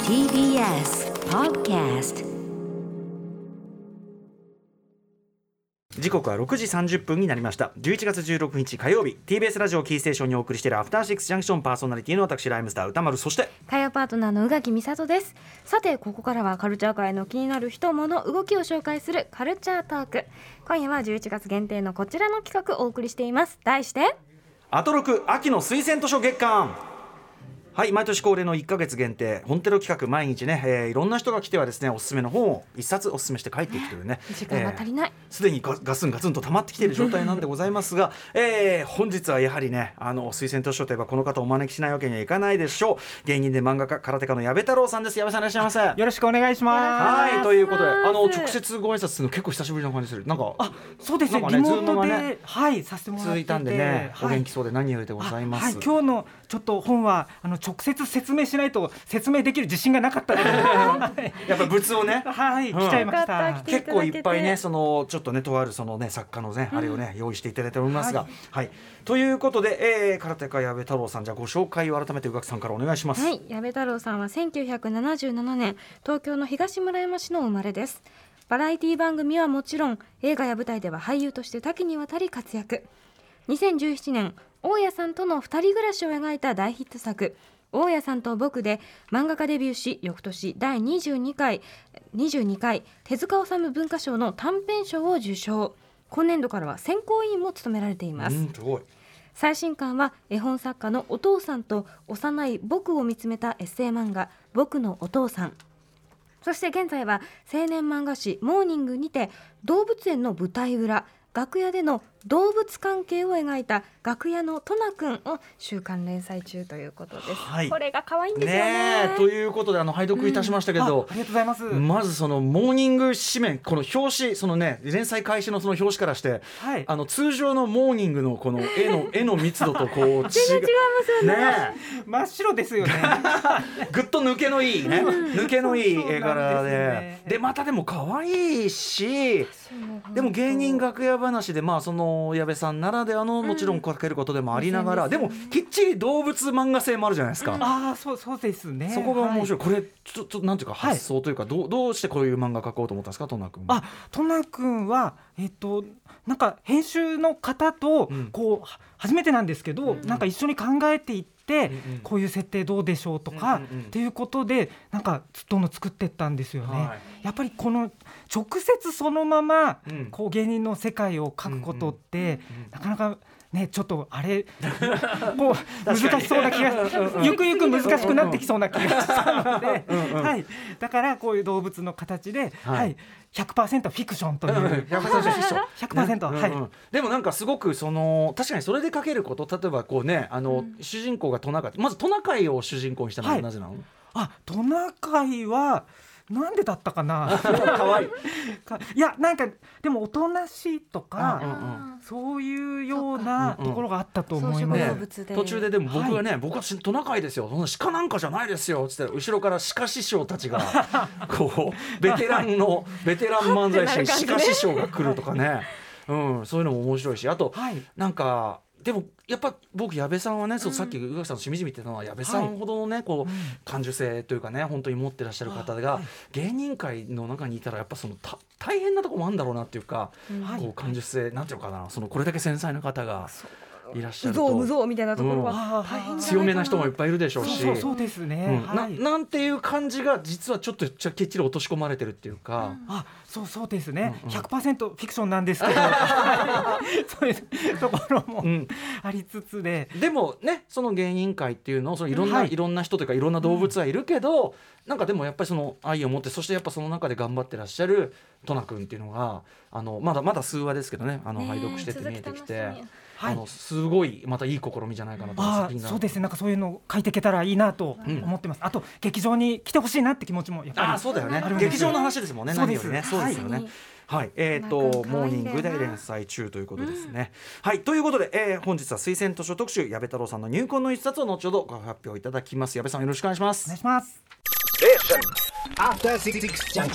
TBS Podcast。 時刻は6時30分になりました。11月16日火曜日、 TBS ラジオキーステーションにお送りしているアフターシックスジャンクション、パーソナリティの私ライムスター歌丸、そして火曜パートナーの宇垣美里です。さてここからはカルチャー界の気になる人物動きを紹介するカルチャートーク。今夜は11月限定のこちらの企画をお送りしています。題してアトロク秋の推薦図書月間。はい、毎年恒例の1ヶ月限定本テロ企画、毎日ね、いろんな人が来てはですね、おすすめの本を一冊おすすめして帰っていくというね、 時間が足りない、 すでにガツンと溜まってきている状態なんでございますが、本日はやはりね、推薦図書といえばこの方をお招きしないわけにはいかないでしょう。芸人で漫画家、空手家の矢部太郎さんです。矢部さんいらっしゃいませ。 よろしくお願いします。 はい、ということで直接ご挨拶するの結構久しぶりな感じする。なんかそうですね、 なんかねリモートで、 ズームがねはいさせてもらってて続いたんでね、 はい、 お元気そうで何よりでございます。 はい、今日のちょっと本は直接説明しないと説明できる自信がなかったのでやっぱ物をねはい、来ちゃいましよかた。 った。 結構いっぱいね、そのちょっとねとあるそのね作家のね、あれをね用意していただいておりますが、はいということで、空手家矢部太郎さん、じゃあご紹介を改めて宇垣さんからお願いします。 はい、矢部太郎さんは1977年東京の東村山市の生まれです。バラエティ番組はもちろん映画や舞台では俳優として多岐にわたり活躍。2017年大家さんとの二人暮らしを描いた大ヒット作大家さんと僕で漫画家デビューし、翌年第22回手塚治虫文化賞の短編賞を受賞。今年度からは選考委員も務められています。 すごい。 最新刊は絵本作家のお父さんと幼い僕を見つめたエッセイ漫画僕のお父さん。そして現在は青年漫画誌モーニングにて動物園の舞台裏、楽屋での動物関係を描いた楽屋のトナくんを週刊連載中ということです。 はい、 これが可愛いんですよ ね。 ということで拝読いたしましたけど、 ありがとうございます。 まずそのモーニング紙面、この表紙、そのね連載開始のその表紙からして、 はい、 通常のモーニングのこの絵の密度とこう全然違いますよね。 真っ白ですよねぐっと抜けのいいね、抜けのいい絵柄そうなんですで、 ね。 でまたでも可愛いし、でも芸人楽屋話で、その矢部さんならではのもちろんかけることでもありながら、でもきっちり動物漫画性もあるじゃないですか。 ああ、そうですね。 そこが面白い。 はい、 これちょっとなんていうか発想というか、どうしてこういう漫画描こうと思ったんですか、トナ君。 トナ君はなんか編集の方とこう、初めてなんですけど、なんか一緒に考えていって、こういう設定どうでしょうとか、っていうことでなんかどんどん作っていったんですよね。やっぱりこの直接そのままこう芸人の世界を描くことって、なかなかね、ちょっとあれこう難しそうな気がゆくゆく難しくなってきそうな気がしたので、はい、だからこういう動物の形で、はい、100% フィクションという 100% フィクション 100%、はい、 でもなんかすごく確かにそれで書けること、例えばこうね、主人公がトナカイ、まずトナカイを主人公にしたのはなぜなの？ トナカイはなんでだったかな可愛いいや、なんかでもおとなしいとか、そういうようなところがあったと思います。 途中ででも僕はね、僕はトナカイですよ、そんな鹿なんかじゃないですよって言ったら、後ろから鹿師匠たちがこうベテラン漫才師鹿師匠が来るとかね、そういうのも面白いし、あと、なんかでもやっぱ僕矢部さんはね、さっき宇垣さんのしみじみ言ってたのは、矢部さんほどのねこう感受性というかね、本当に持ってらっしゃる方が芸人界の中にいたら、やっぱその大変なところもあるんだろうなっていうか、こう感受性なんていうのかな、これだけ繊細な方がいらっしゃると、 無造みたいなところは大変強めな人もいっぱいいるでしょうし、 そうですね、 なんていう感じが実はちょっときっちり落とし込まれてるっていうか、 そうですね、100% フィクションなんですけどそういうところもありつつで、 でもね、その芸人界っていうのをいろんな人というかいろんな動物はいるけど、なんかでもやっぱりその愛を持って、そしてやっぱその中で頑張ってらっしゃるトナ君っていうのがまだ数話ですけどね、拝読してて見えてきて、すごいまたいい試みじゃないかなと。 そうですね、なんかそういうのを書いていけたらいいなと思ってます。あと劇場に来てほしいなって気持ちもやっぱりそうだよね、劇場の話ですもんね、何よりね。そうですよね。はい、モーニングで連載中ということですね。はい、ということで、本日は推薦図書特集、矢部太郎さんの入魂の一冊を後ほどご発表いただきます。矢部さんよろしくお願いします。 お願いします。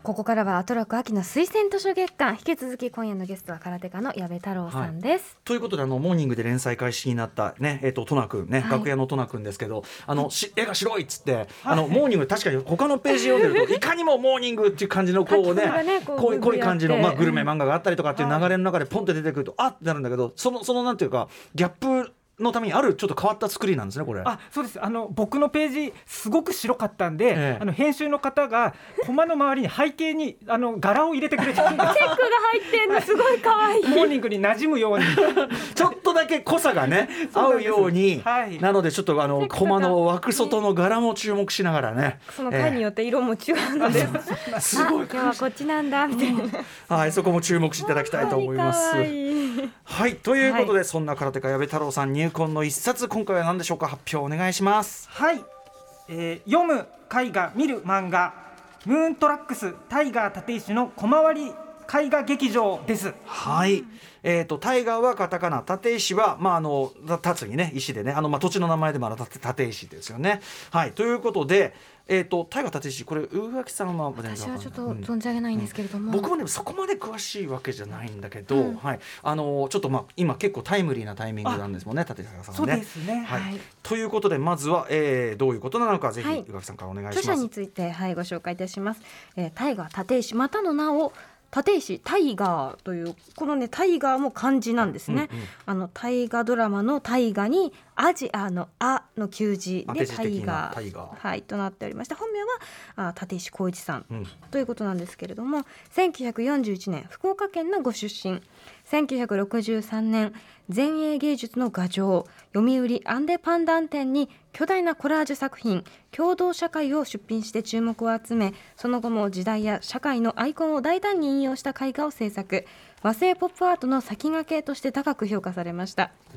ここからはアトロク秋の推薦図書月間、引き続き今夜のゲストは空手家の矢部太郎さんです、 ということでモーニングで連載開始になったね、トナ君ね、楽屋のトナ君ですけど、絵が白いっつって、モーニング確かに他のページ読んでるといかにもモーニングっていう感じのこうねこういう感じの、グルメ漫画があったりとかっていう流れの中でポンって出てくるとあってなるんだけど、そのなんていうかギャップのためにあるちょっと変わった作りなんですねこれ。 そうです。僕のページすごく白かったんで、編集の方がコマの周りに背景に柄を入れてくれてるんですチェックが入ってんのすごい可愛いモーニングに馴染むようにちょっとだけ濃さがね合うように、なのでちょっとコマの枠外の柄も注目しながらね、 その回によって色も違うので、 すごい今日はこっちなんだみたいな、 はい、そこも注目していただきたいと思います。はい、ということで、そんな空手家矢部太郎さん入魂の一冊、今回は何でしょうか。発表お願いします。 はい、読む絵画見る漫画、ムーントラックスタイガー立石の小回り絵画劇場です。 はい、タイガーはカタカナ、立石は、立つにね石でね、土地の名前でもある立石ですよね。はい、ということで、タイガー立石、これ宇垣さんは私はちょっと存じ上げないんですけれども、 僕もねそこまで詳しいわけじゃないんだけど、はい、ちょっと今結構タイムリーなタイミングなんですもんね、立石さんはね。 そうですね、 はい、ということでまずは、どういうことなのかぜひ宇垣さんからお願いします。 著者について、ご紹介いたします。タイガー立石、またの名を立石タイガーという、このねタイガーも漢字なんですね、大河ドラマの大河にアジアのアの旧字でタイガー、はい、となっておりまして、本名は立石浩一さん、ということなんですけれども、1941年福岡県のご出身、1963年前衛芸術の画上、読売アンデパンダン展に巨大なコラージュ作品共同社会を出品して注目を集め、その後も時代や社会のアイコンを大胆に引用した絵画を制作、和製ポップアートの先駆けとして高く評価されました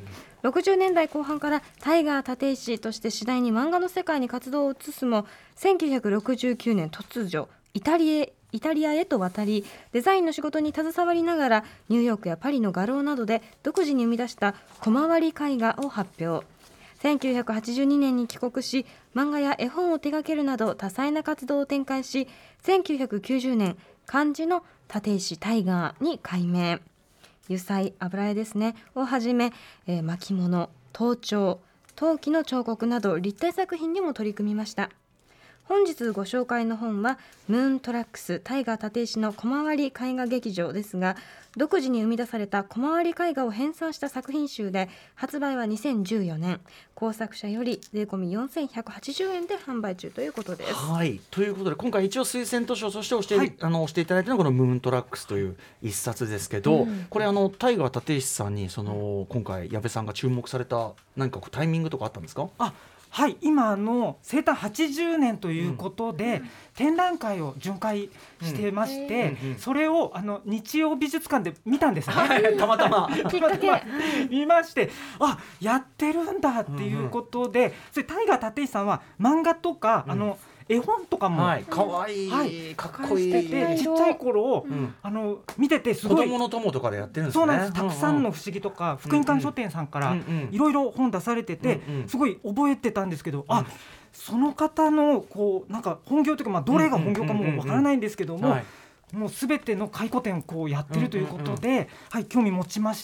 。60年代後半からタイガー立石として次第に漫画の世界に活動を移すも、1969年突如イタリアへと渡り、デザインの仕事に携わりながらニューヨークやパリの画廊などで独自に生み出した小回り絵画を発表。1982年に帰国し、漫画や絵本を手掛けるなど多彩な活動を展開し、1990年漢字の立石タイガーに改名。油彩油絵ですねをはじめ、巻物、陶彫、陶器の彫刻など立体作品にも取り組みました。本日ご紹介の本はムーントラックスタイガー立石の小回り絵画劇場ですが、独自に生み出された小回り絵画を編纂した作品集で、発売は2014年、工作者より税込み4180円で販売中ということです。 はい、ということで今回一応推薦図書として押していただいたのはこのムーントラックスという一冊ですけど、これタイガー立石さんに今回矢部さんが注目された何かタイミングとかあったんですか。 はい、今生誕80年ということで、展覧会を巡回してまして、それを日曜美術館で見たんですね、 たまたま見まして、やってるんだっていうことで、それタイガー立石さんは漫画とか、絵本とかもかわいい、かっこいい、 ちっちゃい頃を見てて、すごい子供の友とかでやってるんですね。 そうなんです。たくさんの不思議とか福音館書店さんからいろいろ本出されてて、すごい覚えてたんですけど、その方のなんか本業というか、どれが本業かもわからないんですけども、もうすべての回顧展をやってるということで、興味持ちまして、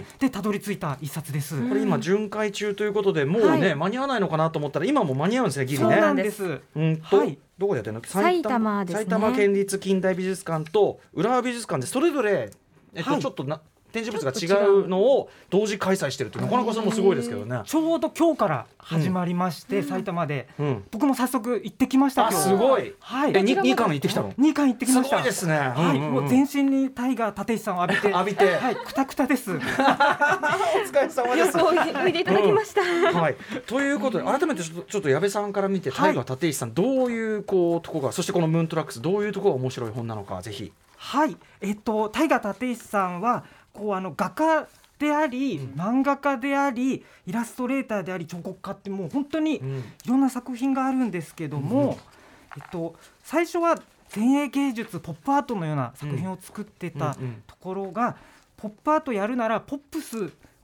でたどり着いた一冊です。 これ今巡回中ということで、もうね、間に合わないのかなと思ったら今も間に合うんですね、ギリね。 そうなんです。 どこでやってるの？ 埼玉ですね。 埼玉県立近代美術館と浦和美術館でそれぞれちょっと展示物が違うのを同時開催してるってなかなかそれもすごいですけどね。 ちょうど今日から始まりまして、埼玉で、僕も早速行ってきました。 すごい。2巻行ってきたの ？2巻行ってきました。 すごいですね。 もう全身にタイガー立石さんを浴びてくたくたです。お疲れ様です。 よくおいでいただきました。 ということで改めてちょっと矢部さんから見て、タイガー立石さんどういうとこが、そしてこのムーントラックスどういうところが面白い本なのか、ぜひ。 タイガー立石さんは画家であり、漫画家であり、イラストレーターであり、彫刻家ってもう本当にいろんな作品があるんですけども、最初は前衛芸術ポップアートのような作品を作ってたところが、ポップアートやるならポップス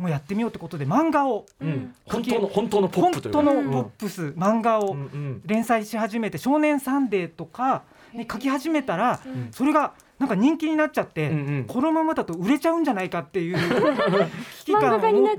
もやってみようってことで漫画を、 本当のポップというか、 本当のポップス、漫画を連載し始めて、少年サンデーとかに書き始めたら、それがなんか人気になっちゃって、このままだと売れちゃうんじゃないかっていう危機感を持って、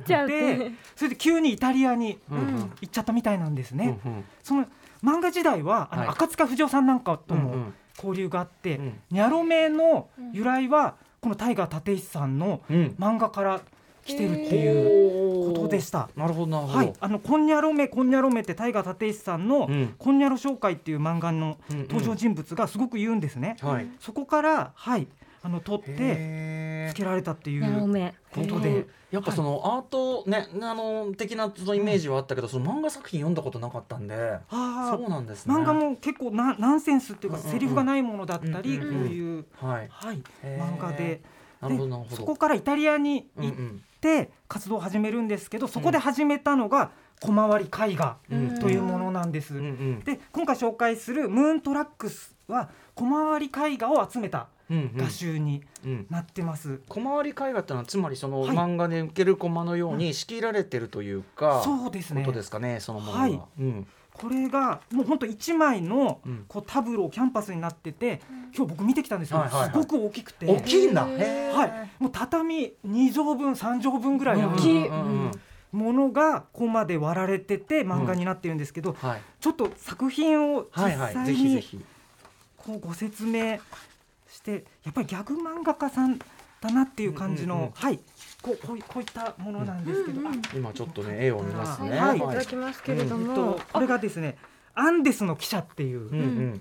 それで急にイタリアに行っちゃったみたいなんですね。その漫画時代は赤塚不二夫さんなんかとも交流があって、ニャロメの由来はこのタイガー立石さんの漫画から来てるっていうことでした。 なるほどなるほど。 はい、こんにゃろめってタイガー立石さんのこんにゃろ紹介っていう漫画の登場人物がすごく言うんですね。そこから取ってつけられたっていうことで、 やっぱそのアートね、的なそのイメージはあったけど、その漫画作品読んだことなかったんで、そうなんですね。 漫画も結構ナンセンスっていうか、セリフがないものだったり、こういう漫画で、そこからイタリアに行って活動を始めるんですけど、そこで始めたのが小回り絵画というものなんです。で、今回紹介するムーントラックスは小回り絵画を集めた画集になってます。 小回り絵画ってのはつまりその漫画で受けるコマのように仕切られてるというか、 そうですね、 ことですかね、そのものが。 これがもう本当1枚のこうタブローキャンパスになってて、今日僕見てきたんですけど、すごく大きくて、 大きいんだ。 もう畳2畳分3畳分ぐらいのものがここまで割られてて漫画になってるんですけど、ちょっと作品を実際にこうご説明して、やっぱりギャグ漫画家さんだなっていう感じの、こういったものなんですけど、 今ちょっとね絵を見ますね。 いただきますけれども、 これがですね、アンデスの汽車っていう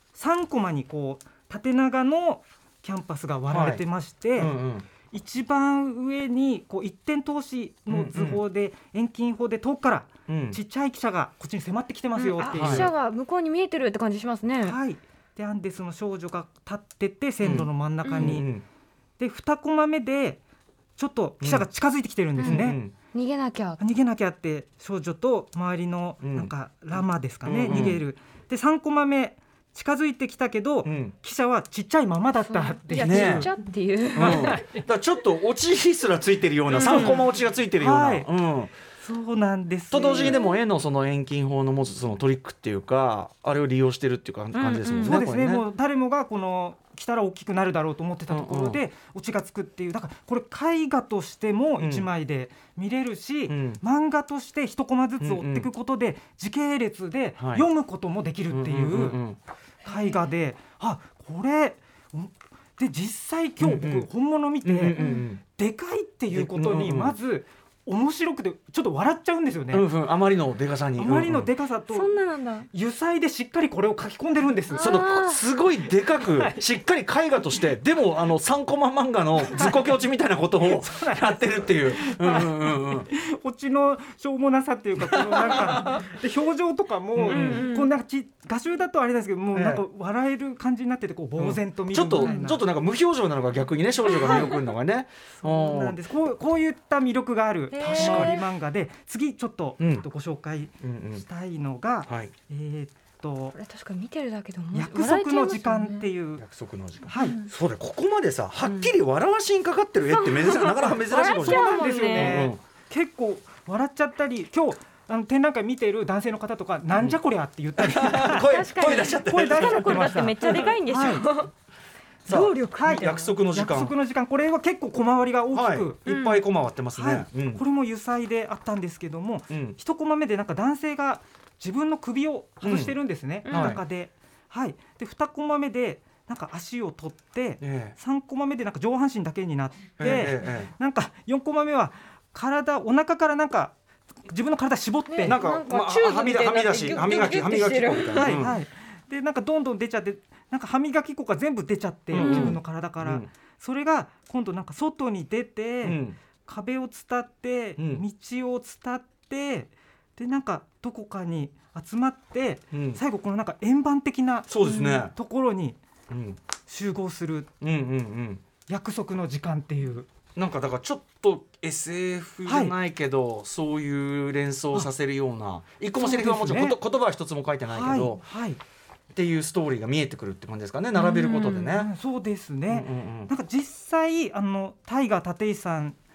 3コマにこう縦長のキャンパスが割られてまして、一番上にこう一点通しの図法で遠近法で遠くからちっちゃい汽車がこっちに迫ってきてますよっていう、 汽車が向こうに見えてるって感じしますね。 でアンデスの少女が立ってて線路の真ん中に、で2コマ目でちょっと汽車が近づいてきてるんですね。 逃げなきゃって少女と周りのなんかラマですかね、逃げる。で3コマ目近づいてきたけど、汽車はちっちゃいままだったっていう、 ちっちゃっていう、 だからちょっとオチすらついてるような、3コマオチがついてるような、 そうなんです。 と同時にでも絵のその遠近法の持つそのトリックっていうか、あれを利用してるっていう感じですもんね。 そうですね。もう誰もがこの来たら大きくなるだろうと思ってたところでオチがつくっていう、だからこれ絵画としても1枚で見れるし、漫画として1コマずつ追っていくことで時系列で読むこともできるっていう絵画で、これで実際今日僕本物見てでかいっていうことにまず面白くてちょっと笑っちゃうんですよね。 あまりのでかさに、 あまりのでかさと、 そんななんだ、 油彩でしっかりこれを書き込んでるんです。 そのすごいでかくしっかり絵画として、でも3コマ漫画のずっこけ落ちみたいなことをやってるっていう、 落ちのしょうもなさっていうか、このなんかで表情とかもこうなんか画集だとあれなんですけど、もうなんか笑える感じになってて、こう呆然と見るみたいな、 ちょっとなんか無表情なのが逆にね、少女が魅力のがね。 そうなんです。こういった魅力がある漫画で、次ちょっとご紹介したいのが、これ確かに見てるだけでも約束の時間っていう、 約束の時間、そうだ、ここまでさはっきり笑わしにかかってる絵ってなかなか珍しいかもしれない。 そうなんですよね。結構笑っちゃったり、今日展覧会見ている男性の方とか、なんじゃこりゃって言ったり、 声出しちゃってました。めっちゃでかいんでしょ。 動力、約束の時間、 これは結構小回りが大きく、 いっぱい小回ってますね。 これも油彩であったんですけども、1コマ目でなんか男性が自分の首を外してるんですね、裸で。で2コマ目でなんか足を取って、3コマ目でなんか上半身だけになって、なんか4コマ目はお腹からなんか自分の体絞って、 なんかはみ出し、歯磨き粉みたいな。 でなんかどんどん出ちゃって、なんか歯磨き粉が全部出ちゃって、自分の体から、それが今度なんか外に出て、壁を伝って、道を伝って、でなんかどこかに集まって、最後このなんか円盤的なところに集合する、約束の時間っていう。 なんかだからちょっと SF じゃないけど、そういう連想させるような、一個もセリフはもちろん、言葉は一つも書いてないけど、っていうストーリーが見えてくるって感じですかね、並べることでね。 そうですね。なんか実際タイガー立石さん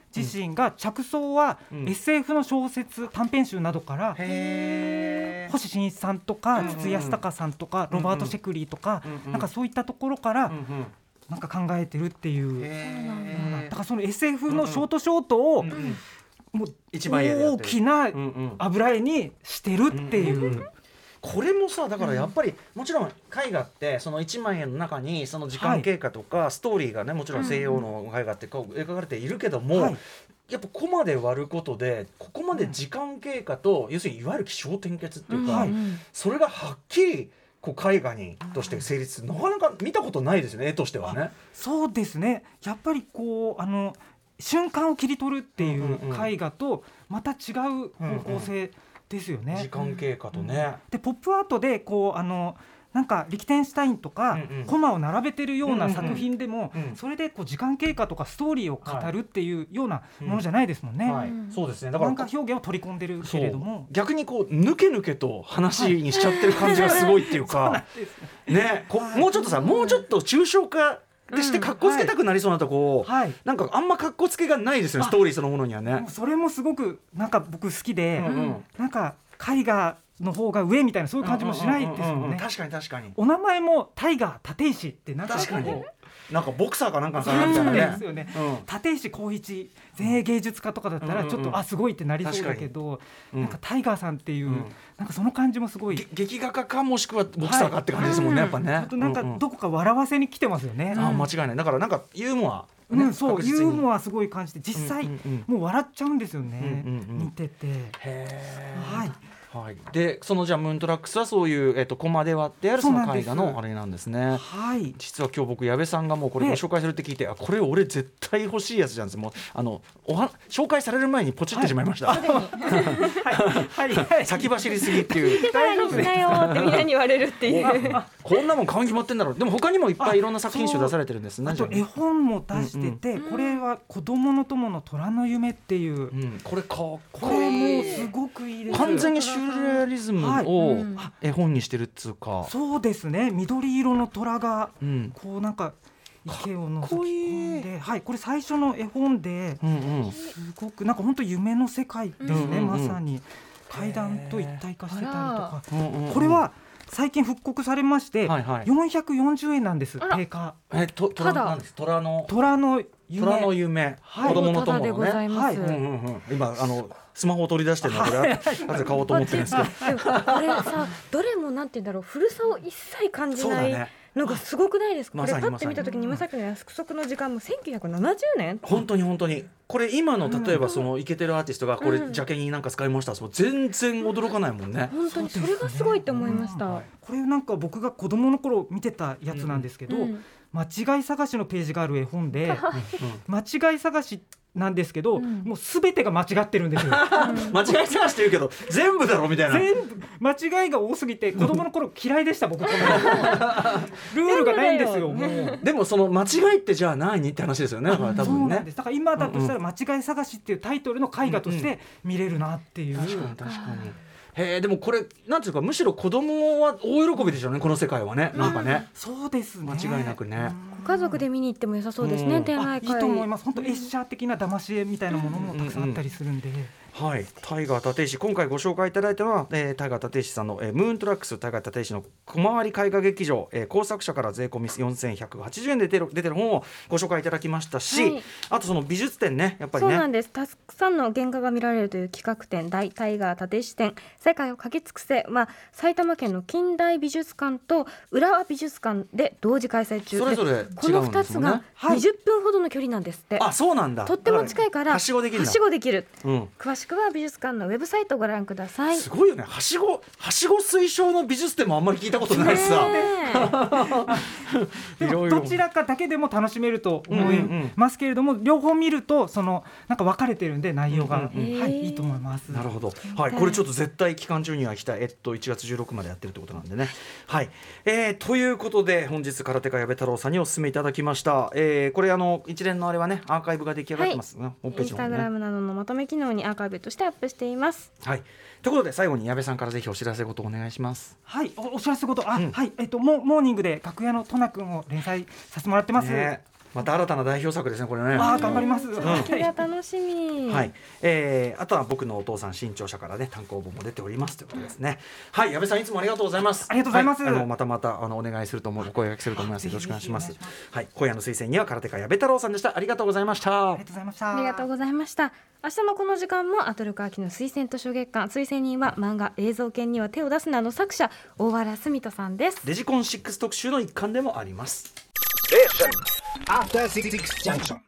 自身が着想は SF の小説短編集などから、星新一さんとか筒井康隆さんとかロバート・シェクリーとか、なんかそういったところからなんか考えてるっていう、だからその SF のショートをもう大きな油絵にしてるっていう。 これもさだからやっぱりもちろん絵画ってその1万円の中にその時間経過とかストーリーがねもちろん西洋の絵画って描かれているけども、やっぱコマで割ることでここまで時間経過と要するにいわゆる起承転結っていうか、それがはっきりこう絵画にとして成立する、なかなか見たことないですよね、絵としてはね。 そうですね、やっぱりこう瞬間を切り取るっていう絵画とまた違う方向性ですよね。 時間経過とね、 でポップアートでこうなんかリキテンシュタインとかコマを並べてるような作品でもそれでこう時間経過とかストーリーを語るっていうようなものじゃないですもんね。 そうですね、だからなんか表現を取り込んでるけれども逆にこう抜け抜けと話にしちゃってる感じがすごいっていうかね、もうちょっとさ、もうちょっと抽象化でしてかっこつけたくなりそうなとこ、なんかあんまかっこつけがないですよね、ストーリーそのものにはね。 それもすごくなんか僕好きで、なんか絵画の方が上みたいなそういう感じもしないですもんね。 確かに確かに。 お名前もタイガー立石ってなんか確かになんかボクサーかなんかさみたいなね。 ですよね。立石浩一前衛芸術家とかだったらちょっとすごいってなりそうだけど、なんかタイガーさんっていうなんかその感じもすごい劇画家かもしくはボクサーかって感じですもんね、やっぱね。 なんかどこか笑わせに来てますよね。 間違いない。だからなんかユーモアそうユーモアすごい感じて実際もう笑っちゃうんですよね、見てて。 でそのじゃあムーントラックスはそういう、コマで割ってあるその絵画のあれなんですね。実は今日僕矢部さんがもうこれご紹介するって聞いて、これ俺絶対欲しいやつじゃんです。もう紹介される前にポチってしまいました。先走りすぎっていう。 聞いてからにしなよってみんなに言われるっていう。 こんなもん買うに決まってんだろう。でも他にもいっぱいいろんな作品集出されてるんですね。 あと絵本も出してて、これは子供の友の虎の夢っていう、 これかっこいい。 これもすごくいいです。 完全にシュールレアリズムを絵本にしてるっつうか。 そうですね、緑色の虎がこうなんか池を覗き込んで、これ最初の絵本で、すごくなんか本当夢の世界ですね。まさに階段と一体化してたりとか、これは最近復刻されまして440円なんです。定価。 虎の夢、子供の友のね。今スマホを取り出してるのでなぜ買おうと思ってるんですけど、 これさどれもなんて言うんだろう、古さを一切感じないのがすごくないですか。これパッて見た時に今さっきの約束の時間も1970年。 本当にこれ今の例えばそのイケてるアーティストがこれジャケになんか使いましたら全然驚かないもんね。 本当にそれがすごいと思いました。 これなんか僕が子供の頃見てたやつなんですけど、間違い探しのページがある絵本で、間違い探しなんですけど、もうすべてが間違ってるんですよ。 間違い探してるけど全部だろみたいな。 全部間違いが多すぎて子供の頃嫌いでした僕。ルールがないんですよ。 でもその間違いってじゃあ何って話ですよね。多分ね。 だから今だとしたら間違い探しっていうタイトルの絵画として見れるなっていう。 確かに。でもこれなんていうかむしろ子供は大喜びでしょうね、この世界はね。なんかね。 そうですね。 間違いなくね。 ご家族で見に行っても良さそうですね。展覧会いいと思います。本当エッシャー的な騙し絵みたいなものもたくさんあったりするんで。 タイガー立石、今回ご紹介いただいたのは、タイガー立石さんの、ムーントラックスタイガー立石の小回り絵画劇場、工作者から税込み4180円で出てる本をご紹介いただきましたし、あとその美術展ね、やっぱりね。 そうなんです。たくさんの原画が見られるという企画展、大タイガー立石展、世界を描き尽くせ、埼玉県の近代美術館と浦和美術館で同時開催中で、 それぞれ違うんですもんね。 この2つが20分ほどの距離なんですって。 そうなんだ。 とっても近いからはしごできる。 詳しくは美術館のウェブサイトをご覧ください。 すごいよね。はしご推奨の美術展もあんまり聞いたことないしさ。 でもどちらかだけでも楽しめると思いますけれども、両方見るとそのなんか分かれてるんで内容がいいと思います。 なるほど。これちょっと絶対期間中には行きたい。1月16までやってるってことなんでね。ということで本日空手家矢部太郎さんにお勧めいただきました。これ一連のあれはねアーカイブが出来上がってますね。 インスタグラムなどのまとめ機能にアーカイブとしてアップしています。 ということで最後に矢部さんからぜひお知らせ事をお願いします。 お知らせ事、モーニングで楽屋のトナ君を連載させてもらってます。 また新たな代表作ですねこれね。 頑張ります。 先が楽しみ。 はい、あとは僕のお父さん新潮社からね単行本も出ておりますということですね。はい、矢部さんいつもありがとうございます。 ありがとうございます。 はい、またお願いすると思うお声掛けすると思います。よろしくお願いします。はい、今夜の推薦には空手家矢部太郎さんでした。ありがとうございました。 ありがとうございました。 ありがとうございました。明日のこの時間もアトロク秋の推薦図書月間、推薦人は漫画映像研には手を出すなの作者大原澄人さんです。 デジコン6特集の一環でもあります。 After 66 junction.